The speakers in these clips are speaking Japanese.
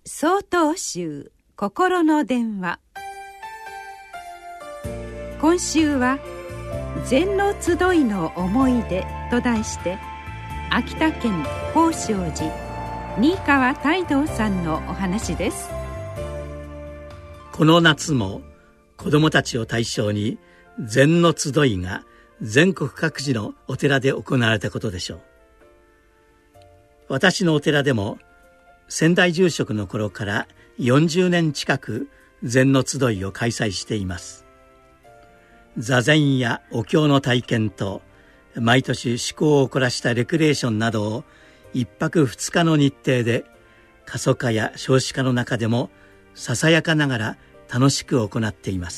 曹洞宗心の電話。今週は禅の集いの思い出と題して、秋田県宝生寺新川泰道さんのお話です。 この夏も子どもたちを対象に禅の集いが全国各地のお寺で行われたことでしょう。私のお寺でも先代住職の頃から40年近く禅の集いを開催しています。座禅やお経の体験と毎年趣向を凝らしたレクリエーションなどを1泊2日の日程で過疎化や少子化の中でもささやかながら楽しく行っています。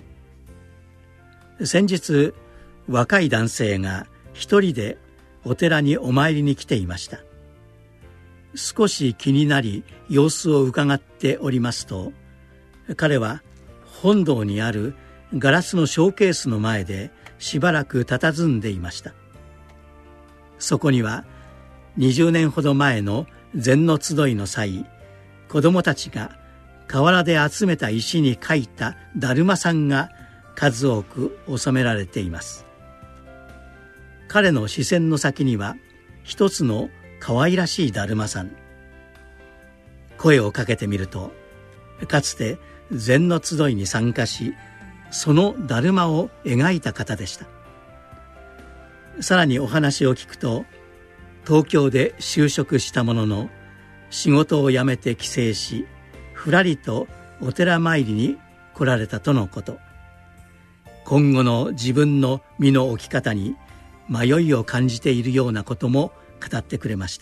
先日、若い男性が一人でお寺にお参りに来ていました。少し気になり様子を伺っておりますと、彼は本堂にあるガラスのショーケースの前でしばらく佇んでいました。そこには20年ほど前の禅の集いの際、子どもたちが河原で集めた石に描いただるまさんが数多く収められています。彼の視線の先には一つの可愛らしいだるまさん。声をかけてみると、かつて禅の集いに参加し、そのだるまを描いた方でした。さらにお話を聞くと、東京で就職したものの仕事を辞めて帰省し、ふらりとお寺参りに来られたとのこと。今後の自分の身の置き方に迷いを感じているようなことも語ってくれました。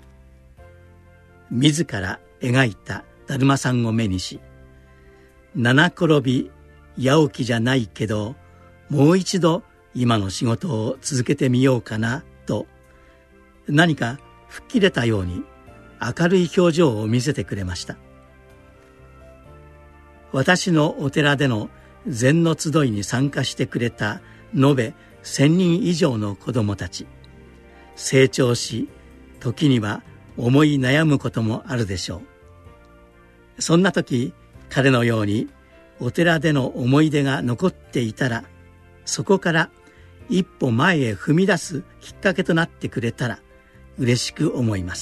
自ら描いただるまさんを目にし、七転び八起きじゃないけど、もう一度今の仕事を続けてみようかなと、何か吹っ切れたように明るい表情を見せてくれました。私のお寺での禅の集いに参加してくれた延べ1000人以上の子どもたち。成長し、時には思い悩むこともあるでしょう。そんな時、彼のようにお寺での思い出が残っていたら、そこから一歩前へ踏み出すきっかけとなってくれたら嬉しく思います。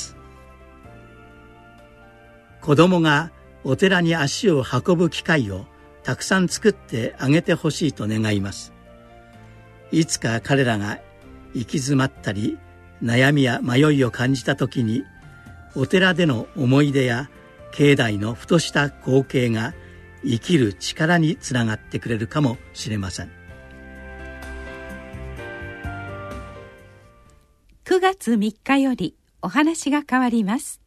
子供がお寺に足を運ぶ機会をたくさん作ってあげてほしいと願います。いつか彼らが行き詰まったり、悩みや迷いを感じた時に、お寺での思い出や境内のふとした光景が生きる力につながってくれるかもしれません。 9月3日よりお話が変わります。